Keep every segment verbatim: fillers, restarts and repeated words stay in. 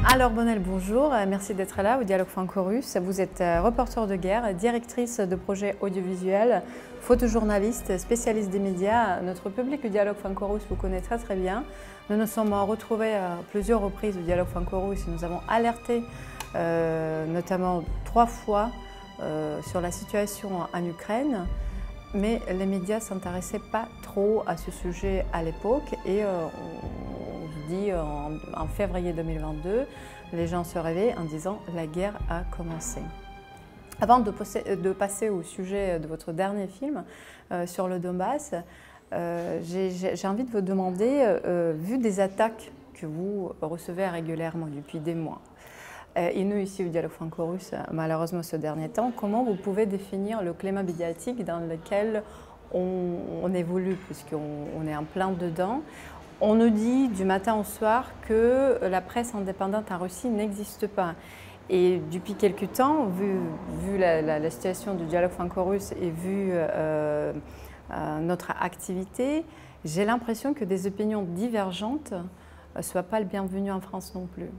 Alors Bonnel, bonjour, merci d'être là au Dialogue Franco-Russe. Vous êtes reporter de guerre, directrice de projets audiovisuels, photojournaliste, spécialiste des médias. Notre public du Dialogue Franco-Russe vous connaît très très bien. Nous nous sommes retrouvés à plusieurs reprises au Dialogue Franco-Russe et nous avons alerté euh, notamment trois fois euh, sur la situation en Ukraine. Mais les médias ne s'intéressaient pas trop à ce sujet à l'époque et euh, on se dit en, en février deux mille vingt-deux, les gens se réveillent en disant « la guerre a commencé ». Avant de, de passer au sujet de votre dernier film euh, sur le Donbass, euh, j'ai envie de vous demander, euh, vu des attaques que vous recevez régulièrement depuis des mois, et nous, ici au Dialogue Franco-Russe, malheureusement ce dernier temps, comment vous pouvez définir le climat médiatique dans lequel on, on évolue, puisqu'on on est en plein dedans. On nous dit du matin au soir que la presse indépendante en Russie n'existe pas. Et depuis quelques temps, vu, vu la, la, la situation du Dialogue Franco-Russe et vu euh, euh, notre activité, j'ai l'impression que des opinions divergentes ne soient pas le bienvenu en France non plus.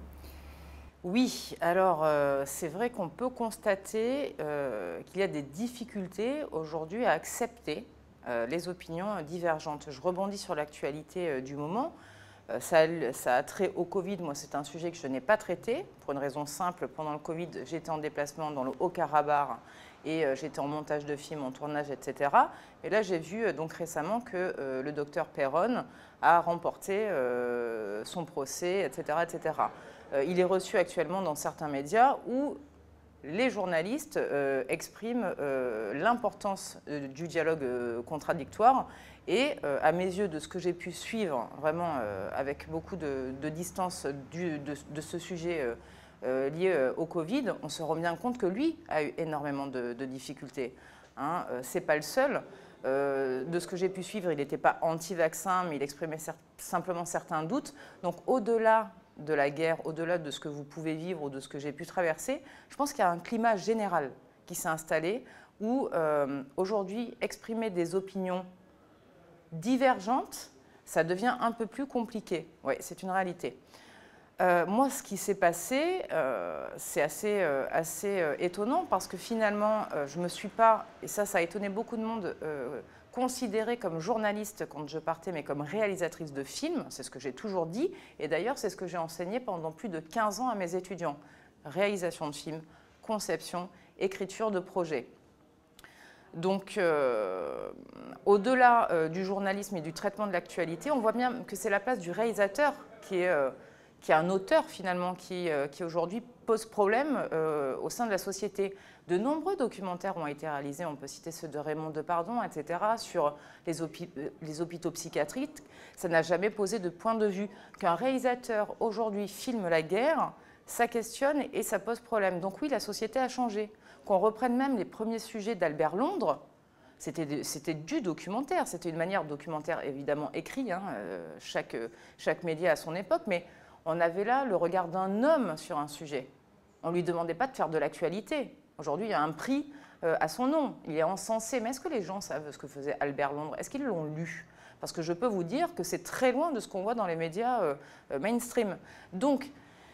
Oui, alors euh, c'est vrai qu'on peut constater euh, qu'il y a des difficultés aujourd'hui à accepter euh, les opinions divergentes. Je rebondis sur l'actualité euh, du moment. Euh, ça, ça a trait au Covid. Moi, c'est un sujet que je n'ai pas traité pour une raison simple. Pendant le Covid, j'étais en déplacement dans le Haut-Karabakh et euh, j'étais en montage de films, en tournage, et cetera. Et là, j'ai vu euh, donc récemment que euh, le docteur Perron a remporté euh, son procès, et cetera, et cetera. Il est reçu actuellement dans certains médias où les journalistes euh, expriment euh, l'importance euh, du dialogue euh, contradictoire et euh, à mes yeux, de ce que j'ai pu suivre vraiment euh, avec beaucoup de, de distance du, de, de ce sujet euh, euh, lié euh, au Covid, on se rend bien compte que lui a eu énormément de, de difficultés. Hein, euh, c'est pas le seul. Euh, de ce que j'ai pu suivre, il n'était pas anti-vaccin, mais il exprimait cer- simplement certains doutes. Donc au-delà de la guerre, au-delà de ce que vous pouvez vivre ou de ce que j'ai pu traverser, je pense qu'il y a un climat général qui s'est installé où euh, aujourd'hui, exprimer des opinions divergentes, ça devient un peu plus compliqué. Oui, c'est une réalité. Euh, moi, ce qui s'est passé, euh, c'est assez, euh, assez euh, étonnant parce que finalement, euh, je ne me suis pas, et ça, ça a étonné beaucoup de monde, euh, considérée comme journaliste quand je partais, mais comme réalisatrice de films. C'est ce que j'ai toujours dit. Et d'ailleurs, c'est ce que j'ai enseigné pendant plus de quinze ans à mes étudiants. Réalisation de films, conception, écriture de projets. Donc, euh, au-delà euh, du journalisme et du traitement de l'actualité, on voit bien que c'est la place du réalisateur qui est... Euh, qui est un auteur finalement qui, euh, qui aujourd'hui pose problème euh, au sein de la société. De nombreux documentaires ont été réalisés, on peut citer ceux de Raymond Depardon, et cetera, sur les, hôpi les hôpitaux psychiatriques. Ça n'a jamais posé de point de vue. Qu'un réalisateur aujourd'hui filme la guerre, ça questionne et ça pose problème. Donc oui, la société a changé. Qu'on reprenne même les premiers sujets d'Albert Londres, c'était du documentaire, c'était une manière documentaire évidemment écrit, hein, euh, chaque, chaque média à son époque, mais on avait là le regard d'un homme sur un sujet. On ne lui demandait pas de faire de l'actualité. Aujourd'hui, il y a un prix euh, à son nom. Il est encensé. Mais est-ce que les gens savent ce que faisait Albert Londres? Est-ce qu'ils l'ont lu? Parce que je peux vous dire que c'est très loin de ce qu'on voit dans les médias euh, mainstream. Donc,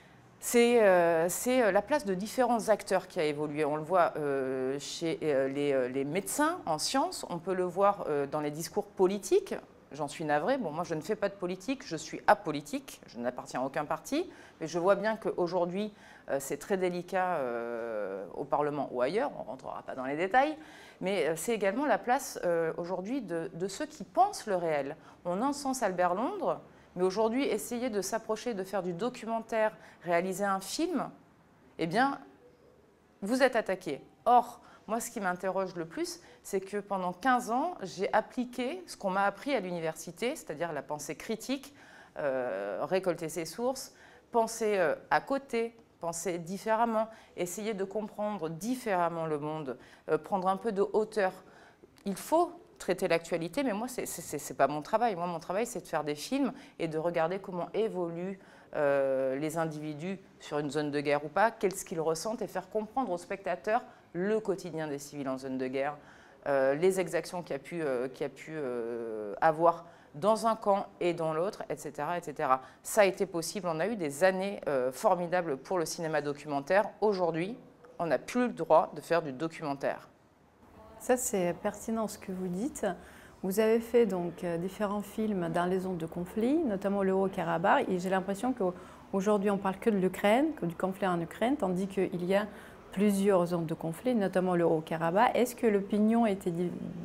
c'est euh, la place de différents acteurs qui a évolué. On le voit euh, chez euh, les, euh, les médecins en sciences. On peut le voir euh, dans les discours politiques. J'en suis navrée. Bon, moi, je ne fais pas de politique, je suis apolitique, je n'appartiens à aucun parti, mais je vois bien qu'aujourd'hui, euh, c'est très délicat euh, au Parlement ou ailleurs, on ne rentrera pas dans les détails, mais euh, c'est également la place euh, aujourd'hui de, de ceux qui pensent le réel. On encense Albert Londres, mais aujourd'hui, essayer de s'approcher, de faire du documentaire, réaliser un film, eh bien, vous êtes attaqué. Or, moi, ce qui m'interroge le plus, c'est que pendant quinze ans, j'ai appliqué ce qu'on m'a appris à l'université, c'est-à-dire la pensée critique, euh, récolter ses sources, penser euh, à côté, penser différemment, essayer de comprendre différemment le monde, euh, prendre un peu de hauteur. Il faut traiter l'actualité, mais moi, ce n'est pas mon travail. Moi, mon travail, c'est de faire des films et de regarder comment évoluent euh, les individus sur une zone de guerre ou pas, qu'est-ce qu'ils ressentent et faire comprendre aux spectateurs le quotidien des civils en zone de guerre, euh, les exactions qu'il y a pu, euh, qu'il y a pu euh, avoir dans un camp et dans l'autre, et cetera, et cetera. Ça a été possible, on a eu des années euh, formidables pour le cinéma documentaire. Aujourd'hui, on n'a plus le droit de faire du documentaire. Ça, c'est pertinent ce que vous dites. Vous avez fait donc différents films dans les zones de conflit, notamment le Haut-Karabakh, et j'ai l'impression qu'aujourd'hui, on ne parle que de l'Ukraine, que du conflit en Ukraine, tandis qu'il y a plusieurs zones de conflit, notamment le Haut-Karabakh. Est-ce que l'opinion était...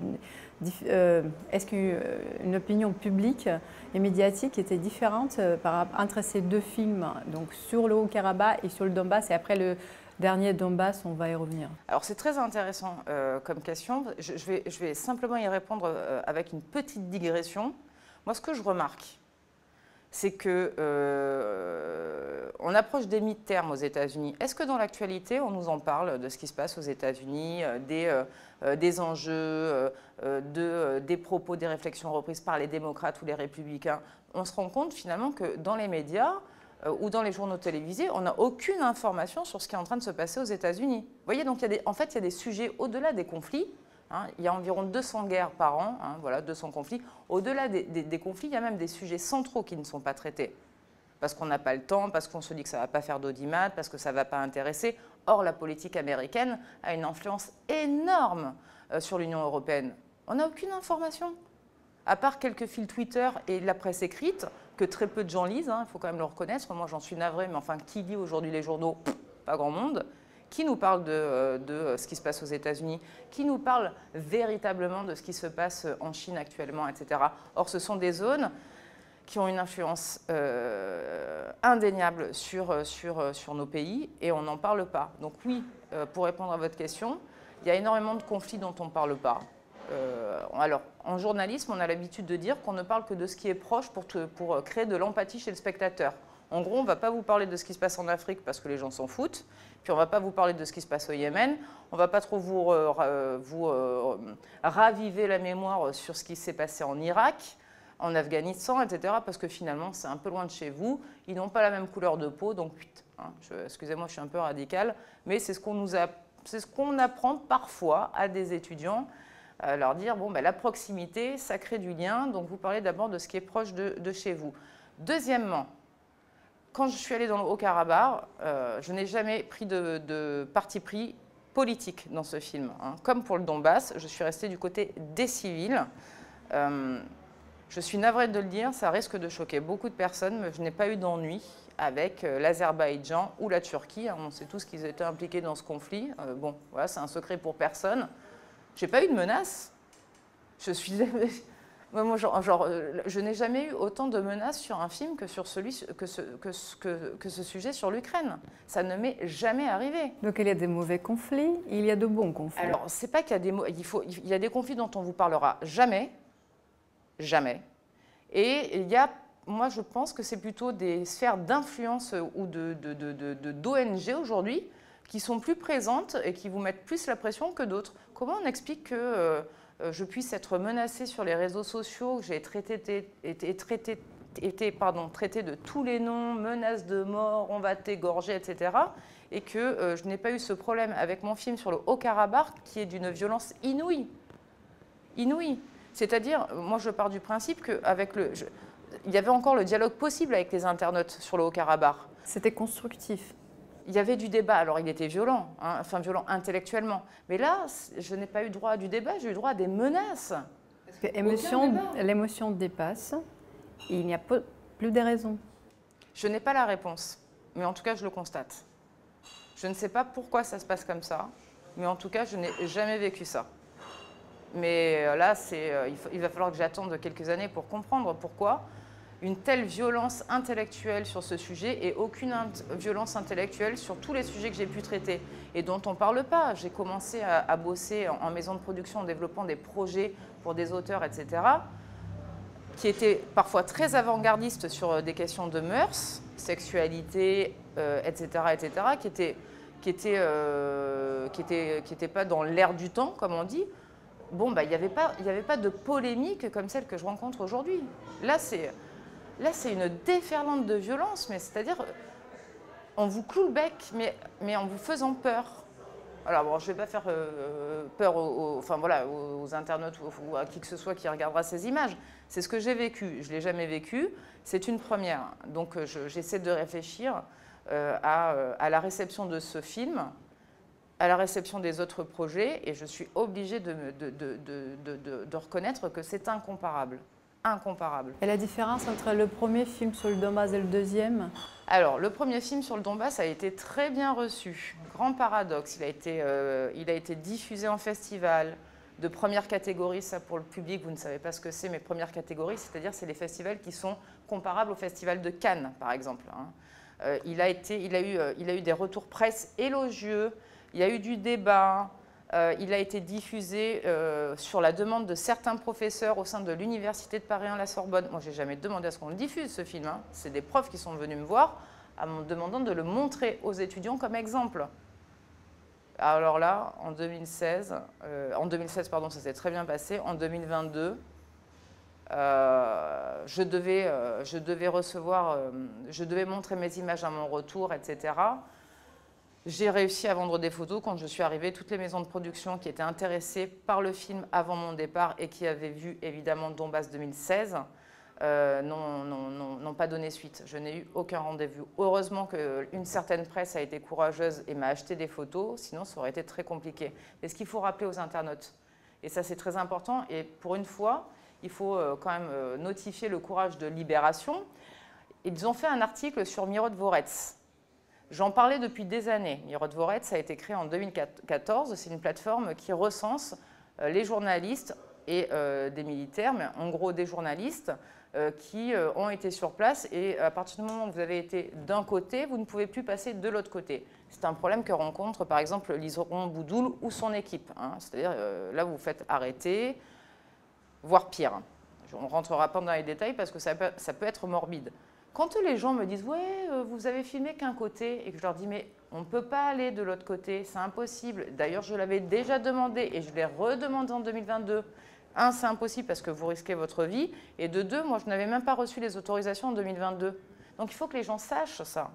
Euh, est-ce qu'une opinion publique et médiatique était différente euh, par, entre ces deux films, donc sur le Haut-Karabakh et sur le Donbass, et après le dernier Donbass, on va y revenir? Alors c'est très intéressant euh, comme question. Je, je, vais, je vais simplement y répondre euh, avec une petite digression. Moi, ce que je remarque, c'est que euh, on approche des mi-termes aux États-Unis. Est-ce que dans l'actualité, on nous en parle de ce qui se passe aux États-Unis, euh, des, euh, des enjeux, euh, de, euh, des propos, des réflexions reprises par les démocrates ou les républicains? On se rend compte finalement que dans les médias euh, ou dans les journaux télévisés, on n'a aucune information sur ce qui est en train de se passer aux États-Unis. Vous voyez, donc il y a des, en fait, il y a des sujets au-delà des conflits. Hein, il y a environ deux cents guerres par an, hein, voilà, deux cents conflits. Au-delà des, des, des conflits, il y a même des sujets centraux qui ne sont pas traités. Parce qu'on n'a pas le temps, parce qu'on se dit que ça ne va pas faire d'audimat, parce que ça ne va pas intéresser. Or, la politique américaine a une influence énorme euh, sur l'Union européenne. On n'a aucune information, à part quelques fils Twitter et la presse écrite, que très peu de gens lisent, hein, il faut quand même le reconnaître. Moi, j'en suis navrée, mais enfin, qui lit aujourd'hui les journaux? Pff, pas grand monde. Qui nous parle de, de ce qui se passe aux États-Unis, qui nous parle véritablement de ce qui se passe en Chine actuellement, et cetera. Or, ce sont des zones qui ont une influence euh, indéniable sur, sur, sur nos pays et on n'en parle pas. Donc oui, euh, pour répondre à votre question, il y a énormément de conflits dont on ne parle pas. Euh, alors, en journalisme, on a l'habitude de dire qu'on ne parle que de ce qui est proche pour, te, pour créer de l'empathie chez le spectateur. En gros, on ne va pas vous parler de ce qui se passe en Afrique parce que les gens s'en foutent. Puis on ne va pas vous parler de ce qui se passe au Yémen. On ne va pas trop vous, euh, vous euh, raviver la mémoire sur ce qui s'est passé en Irak, en Afghanistan, et cetera. Parce que finalement, c'est un peu loin de chez vous. Ils n'ont pas la même couleur de peau, donc hein, excusez-moi, je suis un peu radicale, mais c'est ce qu'on nous a, c'est ce qu'on apprend parfois à des étudiants, à leur dire bon, ben, la proximité, ça crée du lien. Donc vous parlez d'abord de ce qui est proche de, de chez vous. Deuxièmement, quand je suis allée dans le Haut-Karabakh, euh, je n'ai jamais pris de, de parti pris politique dans ce film. Hein. Comme pour le Donbass, je suis restée du côté des civils. Euh, je suis navrée de le dire, ça risque de choquer beaucoup de personnes, mais je n'ai pas eu d'ennui avec euh, l'Azerbaïdjan ou la Turquie. Hein. On sait tous qu'ils étaient impliqués dans ce conflit. Euh, bon, voilà, c'est un secret pour personne. Je n'ai pas eu de menaces. Je suis... Moi, genre, genre, je n'ai jamais eu autant de menaces sur un film que sur celui, que ce, que, que, que ce sujet sur l'Ukraine. Ça ne m'est jamais arrivé. Donc il y a des mauvais conflits, il y a de bons conflits. Alors, c'est pas qu'il y a des il faut, il y a des conflits dont on vous parlera jamais, jamais. Et il y a, moi, je pense que c'est plutôt des sphères d'influence ou de, de, de, de, de, d'O N G aujourd'hui qui sont plus présentes et qui vous mettent plus la pression que d'autres. Comment on explique que euh, je puisse être menacée sur les réseaux sociaux, que j'ai été, été, traité, été pardon, traité de tous les noms, menaces de mort, on va t'égorger, et cetera. Et que euh, je n'ai pas eu ce problème avec mon film sur le Haut-Karabakh qui est d'une violence inouïe. Inouïe. C'est-à-dire, moi je pars du principe qu'avec le... Je, il y avait encore le dialogue possible avec les internautes sur le Haut-Karabakh. C'était constructif. Il y avait du débat, alors il était violent, hein, enfin violent intellectuellement. Mais là, je n'ai pas eu droit à du débat, j'ai eu droit à des menaces. Parce que l'émotion dépasse, et il n'y a plus de raison. Je n'ai pas la réponse, mais en tout cas, je le constate. Je ne sais pas pourquoi ça se passe comme ça, mais en tout cas, je n'ai jamais vécu ça. Mais là, il, faut, il va falloir que j'attende quelques années pour comprendre pourquoi. Une telle violence intellectuelle sur ce sujet et aucune int violence intellectuelle sur tous les sujets que j'ai pu traiter et dont on ne parle pas. J'ai commencé à, à bosser en, en maison de production en développant des projets pour des auteurs, et cetera, qui étaient parfois très avant-gardistes sur des questions de mœurs, sexualité, euh, et cetera, et cetera, qui n'étaient qui étaient, euh, qui étaient, qui étaient pas dans l'air du temps, comme on dit. Bon, bah, il n'y avait pas, il n'y avait pas de polémique comme celle que je rencontre aujourd'hui. Là, c'est... Là, c'est une déferlante de violence, mais c'est-à-dire, on vous cloue le bec, mais, mais en vous faisant peur. Alors bon, je ne vais pas faire euh, peur aux, aux, enfin, voilà, aux, aux internautes ou, ou à qui que ce soit qui regardera ces images. C'est ce que j'ai vécu. Je ne l'ai jamais vécu. C'est une première. Donc j'essaie de réfléchir euh, à, à la réception de ce film, à la réception des autres projets, et je suis obligée de, de, de, de, de, de reconnaître que c'est incomparable. Incomparable. Et la différence entre le premier film sur le Donbass et le deuxième? Alors, le premier film sur le Donbass a été très bien reçu. Grand paradoxe, il a été, euh, il a été diffusé en festival de première catégorie. Ça, pour le public, vous ne savez pas ce que c'est, mais première catégorie, c'est-à-dire c'est les festivals qui sont comparables au festival de Cannes, par exemple. Hein. Euh, il, a été, il, a eu, euh, il a eu des retours presse élogieux, il y a eu du débat. Euh, il a été diffusé euh, sur la demande de certains professeurs au sein de l'Université de Paris un la Sorbonne. Moi, je n'ai jamais demandé à ce qu'on le diffuse, ce film. Hein. C'est des profs qui sont venus me voir en me demandant de le montrer aux étudiants comme exemple. Alors là, en deux mille seize, euh, en deux mille seize, pardon, ça s'est très bien passé. En deux mille vingt-deux, euh, je, devais, euh, je devais recevoir, euh, je devais montrer mes images à mon retour, et cetera. J'ai réussi à vendre des photos. Quand je suis arrivée, toutes les maisons de production qui étaient intéressées par le film avant mon départ et qui avaient vu évidemment Donbass deux mille seize euh, n'ont pas donné suite. Je n'ai eu aucun rendez-vous. Heureusement qu'une certaine presse a été courageuse et m'a acheté des photos, sinon ça aurait été très compliqué. Mais ce qu'il faut rappeler aux internautes, et ça c'est très important, et pour une fois, il faut quand même notifier le courage de Libération. Ils ont fait un article sur Mirotvorets. J'en parlais depuis des années. Mirotvorets a été créé en deux mille quatorze. C'est une plateforme qui recense les journalistes et euh, des militaires, mais en gros des journalistes euh, qui euh, ont été sur place. Et à partir du moment où vous avez été d'un côté, vous ne pouvez plus passer de l'autre côté. C'est un problème que rencontre par exemple Liseron Boudoul ou son équipe. Hein. C'est-à-dire euh, là, vous vous faites arrêter, voire pire. On ne rentrera pas dans les détails parce que ça peut, ça peut être morbide. Quand les gens me disent « ouais, vous avez filmé qu'un côté » et que je leur dis « mais on ne peut pas aller de l'autre côté, c'est impossible ». D'ailleurs, je l'avais déjà demandé et je l'ai redemandé en deux mille vingt-deux. Un, c'est impossible parce que vous risquez votre vie. Et de deux, moi, je n'avais même pas reçu les autorisations en deux mille vingt-deux. Donc, il faut que les gens sachent ça.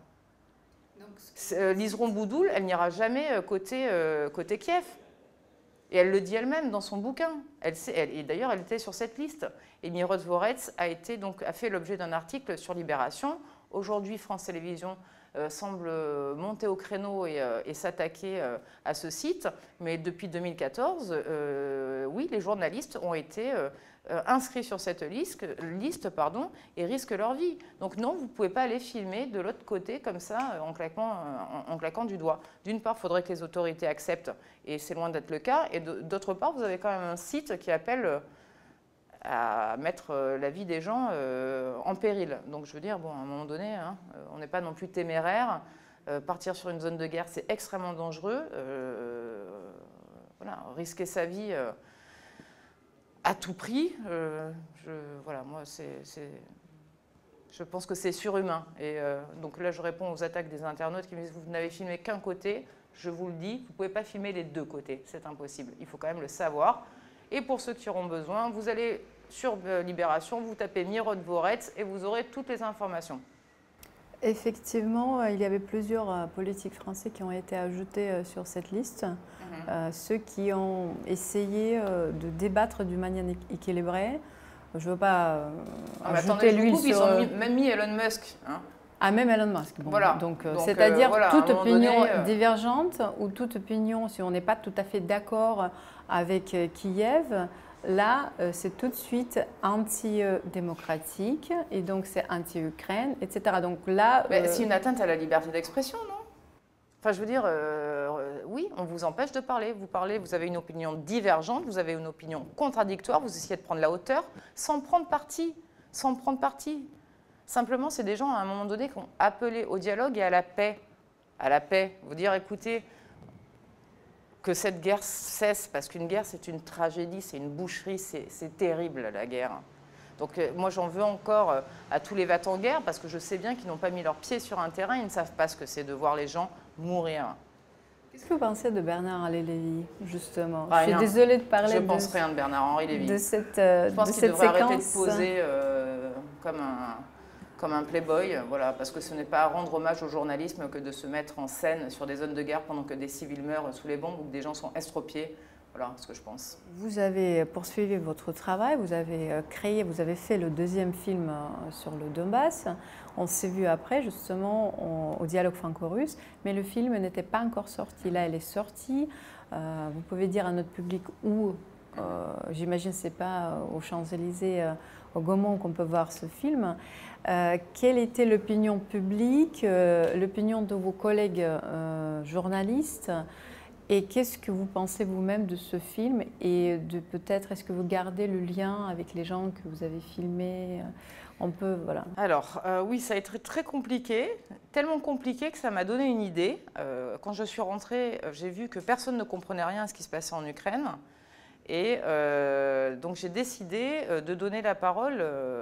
Euh, Liseron Boudoul, elle n'ira jamais côté, euh, côté Kiev. Et elle le dit elle-même dans son bouquin. Elle sait, elle, et d'ailleurs, elle était sur cette liste. Et Mirotvorets a, été, donc, a fait l'objet d'un article sur Libération. Aujourd'hui, France Télévisions euh, semble monter au créneau et, euh, et s'attaquer euh, à ce site. Mais depuis deux mille quatorze, euh, oui, les journalistes ont été euh, inscrits sur cette liste, liste pardon, et risquent leur vie. Donc non, vous ne pouvez pas aller filmer de l'autre côté comme ça, en claquant, en, en claquant du doigt. D'une part, il faudrait que les autorités acceptent, et c'est loin d'être le cas. Et d'autre part, vous avez quand même un site qui appelle à mettre la vie des gens euh, en péril. Donc je veux dire, bon, à un moment donné, hein, on n'est pas non plus téméraire. Euh, partir sur une zone de guerre, c'est extrêmement dangereux. Euh, voilà, risquer sa vie euh, à tout prix, euh, je, voilà, moi, c'est, je pense que c'est surhumain. Et euh, donc là, je réponds aux attaques des internautes qui me disent « vous n'avez filmé qu'un côté ». Je vous le dis, vous ne pouvez pas filmer les deux côtés, c'est impossible. Il faut quand même le savoir. Et pour ceux qui auront besoin, vous allez sur Libération, vous tapez Mirotvorets et vous aurez toutes les informations. Effectivement, il y avait plusieurs politiques français qui ont été ajoutés sur cette liste. Mm-hmm. euh, ceux qui ont essayé de débattre d'une manière équilibrée. Je ne veux pas euh, ah, ajouter l'huile sur... Ils ont mis, même mis Elon Musk. Hein. Ah, même Elon Musk. Bon, voilà. Donc, donc c'est-à-dire euh, voilà, toute opinion donné, euh... divergente ou toute opinion, si on n'est pas tout à fait d'accord avec Kiev, là, c'est tout de suite anti-démocratique et donc c'est anti-Ukraine, et cetera. Donc là, euh... c'est une atteinte à la liberté d'expression, non? Enfin, je veux dire, euh, oui, on vous empêche de parler. Vous parlez, vous avez une opinion divergente, vous avez une opinion contradictoire, vous essayez de prendre la hauteur sans prendre parti, sans prendre parti. Simplement, c'est des gens, à un moment donné, qui ont appelé au dialogue et à la paix. À la paix. Vous dire, écoutez, que cette guerre cesse, parce qu'une guerre, c'est une tragédie, c'est une boucherie, c'est terrible, la guerre. Donc, euh, moi, j'en veux encore euh, à tous les va-t-en-guerre, parce que je sais bien qu'ils n'ont pas mis leurs pieds sur un terrain, ils ne savent pas ce que c'est de voir les gens mourir. Qu'est-ce que vous pensez de Bernard-Henri Lévy, justement? Rien. Je suis désolée de parler je de... Je pense rien de Bernard-Henri Lévy. De cette, euh, je pense de qu'il cette devrait séquence. arrêter de poser euh, comme un... comme un playboy, voilà, parce que ce n'est pas à rendre hommage au journalisme que de se mettre en scène sur des zones de guerre pendant que des civils meurent sous les bombes ou que des gens sont estropiés. Voilà ce que je pense. Vous avez poursuivi votre travail, vous avez créé, vous avez fait le deuxième film sur le Donbass. On s'est vu après, justement, au Dialogue franco-russe, mais le film n'était pas encore sorti. Là, elle est sortie. Euh, vous pouvez dire à notre public où, euh, j'imagine que ce n'est pas aux Champs-Élysées, euh, au Gaumont qu'on peut voir ce film. Euh, quelle était l'opinion publique, euh, l'opinion de vos collègues euh, journalistes? Et qu'est-ce que vous pensez vous-même de ce film? Et de peut-être, est-ce que vous gardez le lien avec les gens que vous avez filmés? On peut, voilà. Alors, euh, oui, ça a été très compliqué, tellement compliqué que ça m'a donné une idée. Euh, quand je suis rentrée, j'ai vu que personne ne comprenait rien à ce qui se passait en Ukraine. Et euh, donc, j'ai décidé de donner la parole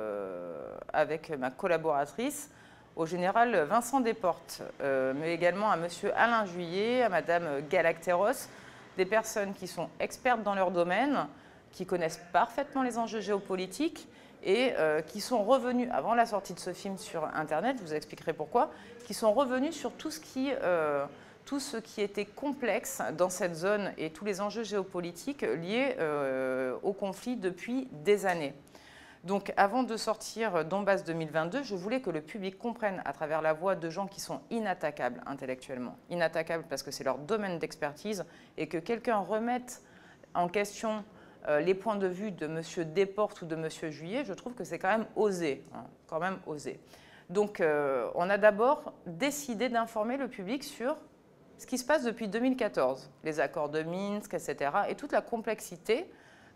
euh, avec ma collaboratrice au général Vincent Desportes, euh, mais également à monsieur Alain Juillet, à madame Galacteros, des personnes qui sont expertes dans leur domaine, qui connaissent parfaitement les enjeux géopolitiques et euh, qui sont revenus, avant la sortie de ce film sur Internet, je vous expliquerai pourquoi, qui sont revenus sur tout ce qui, euh, tout ce qui était complexe dans cette zone et tous les enjeux géopolitiques liés euh, au conflit depuis des années. Donc, avant de sortir Donbass deux mille vingt-deux, je voulais que le public comprenne à travers la voix de gens qui sont inattaquables intellectuellement. Inattaquables parce que c'est leur domaine d'expertise et que quelqu'un remette en question euh, les points de vue de M. Desportes ou de M. Juillet, je trouve que c'est quand même osé, hein, quand même osé. Donc, euh, on a d'abord décidé d'informer le public sur ce qui se passe depuis deux mille quatorze, les accords de Minsk, et cetera, et toute la complexité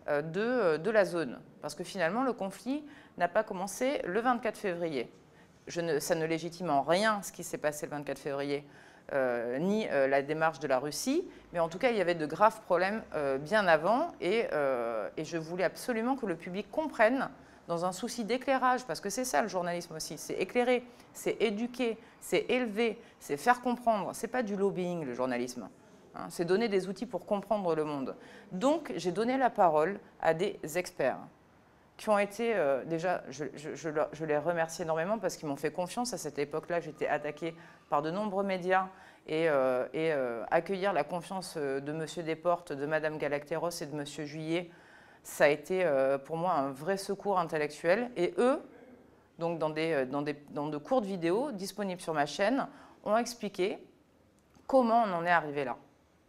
De, de la zone. Parce que finalement, le conflit n'a pas commencé le vingt-quatre février. Je ne, ça ne légitime en rien ce qui s'est passé le vingt-quatre février, euh, ni euh, la démarche de la Russie, mais en tout cas, il y avait de graves problèmes euh, bien avant, et, euh, et je voulais absolument que le public comprenne, dans un souci d'éclairage, parce que c'est ça le journalisme aussi, c'est éclairer, c'est éduquer, c'est élever, c'est faire comprendre, c'est pas du lobbying le journalisme. C'est donner des outils pour comprendre le monde. Donc, j'ai donné la parole à des experts qui ont été, euh, déjà, je, je, je, je les remercie énormément parce qu'ils m'ont fait confiance. À cette époque-là, j'étais attaquée par de nombreux médias et, euh, et euh, accueillir la confiance de M. Desportes, de Mme Galacteros et de M. Juillet, ça a été euh, pour moi un vrai secours intellectuel. Et eux, donc dans, des, dans, des, dans de courtes vidéos disponibles sur ma chaîne, ont expliqué comment on en est arrivé là.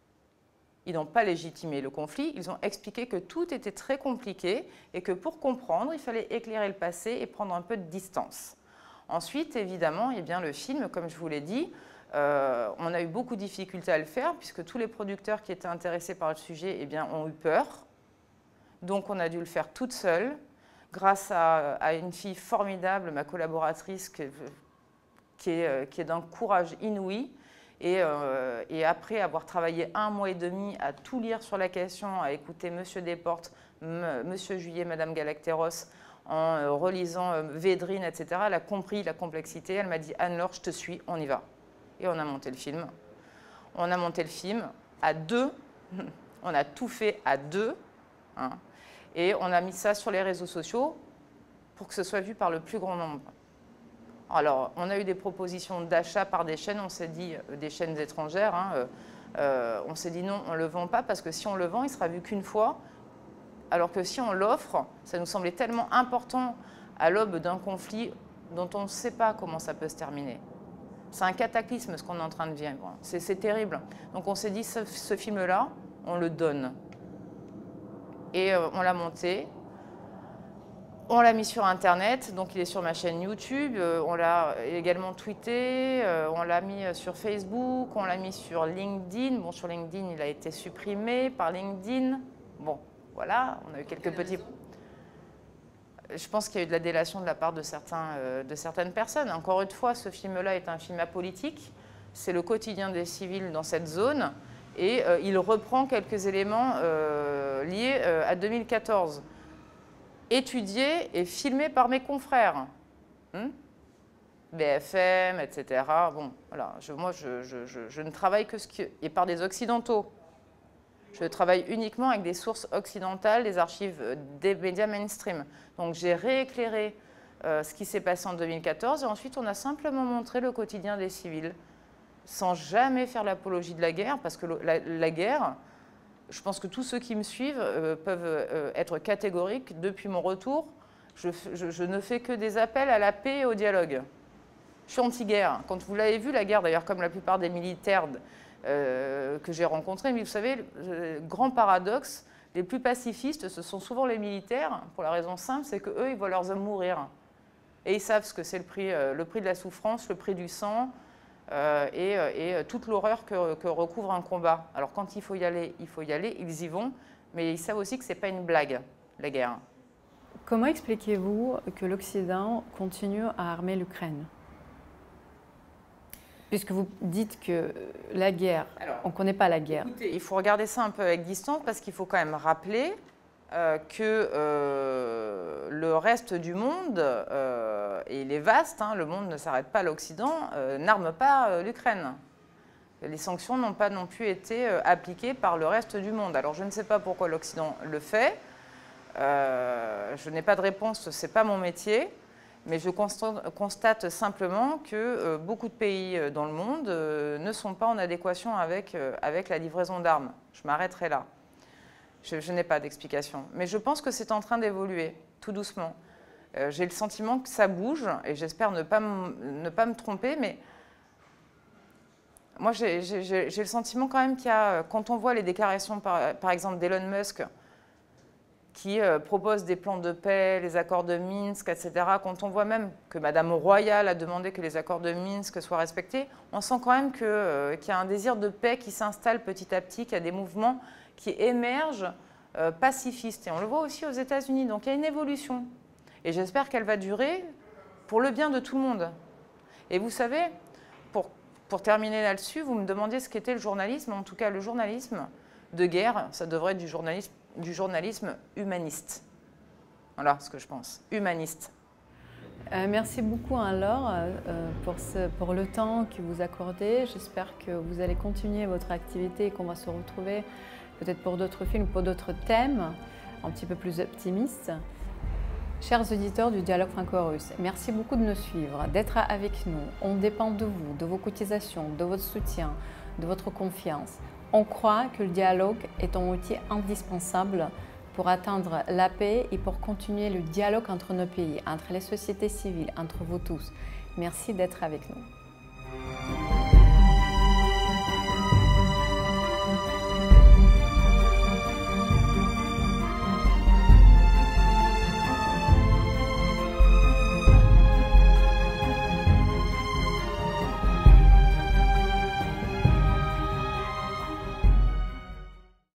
Ils n'ont pas légitimé le conflit, ils ont expliqué que tout était très compliqué et que pour comprendre, il fallait éclairer le passé et prendre un peu de distance. Ensuite, évidemment, eh bien, le film, comme je vous l'ai dit, euh, on a eu beaucoup de difficultés à le faire puisque tous les producteurs qui étaient intéressés par le sujet eh bien, ont eu peur. Donc, on a dû le faire toute seule grâce à, à une fille formidable, ma collaboratrice, qui, qui est, qui est d'un courage inouï. Et, euh, et après avoir travaillé un mois et demi à tout lire sur la question, à écouter M. Desportes, M. Juillet, Mme Galacteros, en euh, relisant euh, Védrine, et cetera, elle a compris la complexité. Elle m'a dit « Anne-Laure, je te suis, on y va ». Et on a monté le film. On a monté le film à deux. On a tout fait à deux. Hein, et on a mis ça sur les réseaux sociaux pour que ce soit vu par le plus grand nombre. Alors, on a eu des propositions d'achat par des chaînes, on s'est dit, euh, des chaînes étrangères, hein, euh, euh, on s'est dit non, on ne le vend pas parce que si on le vend, il sera vu qu'une fois, alors que si on l'offre, ça nous semblait tellement important à l'aube d'un conflit dont on ne sait pas comment ça peut se terminer. C'est un cataclysme ce qu'on est en train de vivre, c'est terrible. Donc on s'est dit, ce, ce film-là, on le donne. Et euh, on l'a monté. On l'a mis sur Internet, donc il est sur ma chaîne YouTube, euh, on l'a également tweeté, euh, on l'a mis sur Facebook, on l'a mis sur LinkedIn. Bon, sur LinkedIn, il a été supprimé par LinkedIn. Bon, voilà, on a eu quelques petits... Je pense qu'il y a eu de la délation de la part de, certains, euh, de certaines personnes. Encore une fois, ce film-là est un film apolitique. C'est le quotidien des civils dans cette zone. Et euh, il reprend quelques éléments euh, liés euh, à deux mille quatorze. Étudié et filmé par mes confrères, hmm B F M, et cetera. Bon, voilà, je, moi, je, je, je, je ne travaille que ce qui est par des occidentaux. Je travaille uniquement avec des sources occidentales, des archives des médias mainstream. Donc, j'ai rééclairé euh, ce qui s'est passé en deux mille quatorze, et ensuite on a simplement montré le quotidien des civils, sans jamais faire l'apologie de la guerre, parce que le, la, la guerre, je pense que tous ceux qui me suivent euh, peuvent euh, être catégoriques. Depuis mon retour, je, je, je ne fais que des appels à la paix et au dialogue. Je suis anti-guerre. Quand vous l'avez vu, la guerre, d'ailleurs, comme la plupart des militaires euh, que j'ai rencontrés, mais vous savez, le grand paradoxe, les plus pacifistes, ce sont souvent les militaires, pour la raison simple, c'est qu'eux, ils voient leurs hommes mourir. Et ils savent ce que c'est le prix, euh, le prix de la souffrance, le prix du sang, euh, et, et toute l'horreur que, que recouvre un combat. Alors quand il faut y aller, il faut y aller, ils y vont, mais ils savent aussi que ce n'est pas une blague, la guerre. Comment expliquez-vous que l'Occident continue à armer l'Ukraine ? Puisque vous dites que la guerre, alors, on ne connaît pas la guerre. Écoutez, il faut regarder ça un peu avec distance, parce qu'il faut quand même rappeler euh, que euh, le reste du monde, euh, et il est vaste, hein, le monde ne s'arrête pas à l'Occident, euh, n'arme pas euh, l'Ukraine. Les sanctions n'ont pas non plus été euh, appliquées par le reste du monde. Alors je ne sais pas pourquoi l'Occident le fait, euh, je n'ai pas de réponse, ce n'est pas mon métier. Mais je constate simplement que euh, beaucoup de pays euh, dans le monde euh, ne sont pas en adéquation avec, euh, avec la livraison d'armes. Je m'arrêterai là. Je, je n'ai pas d'explication. Mais je pense que c'est en train d'évoluer, tout doucement. Euh, J'ai le sentiment que ça bouge, et j'espère ne pas, ne pas me tromper, mais moi j'ai le sentiment quand même qu'il y a, quand on voit les déclarations par, par exemple d'Elon Musk, qui euh, propose des plans de paix, les accords de Minsk, et cetera. Quand on voit même que Madame Royal a demandé que les accords de Minsk soient respectés, on sent quand même qu'il euh, qu'il y a un désir de paix qui s'installe petit à petit, qu'il y a des mouvements qui émergent euh, pacifistes. Et on le voit aussi aux États-Unis. Donc il y a une évolution. Et j'espère qu'elle va durer pour le bien de tout le monde. Et vous savez, pour, pour terminer là-dessus, vous me demandiez ce qu'était le journalisme. En tout cas, le journalisme de guerre, ça devrait être du journalisme du journalisme humaniste. Voilà ce que je pense, humaniste. Euh, merci beaucoup Anne-Laure euh, pour, ce, pour le temps que vous accordez. J'espère que vous allez continuer votre activité et qu'on va se retrouver peut-être pour d'autres films, pour d'autres thèmes un petit peu plus optimistes. Chers auditeurs du Dialogue franco-russe, merci beaucoup de nous suivre, d'être avec nous. On dépend de vous, de vos cotisations, de votre soutien, de votre confiance. On croit que le dialogue est un outil indispensable pour atteindre la paix et pour continuer le dialogue entre nos pays, entre les sociétés civiles, entre vous tous. Merci d'être avec nous.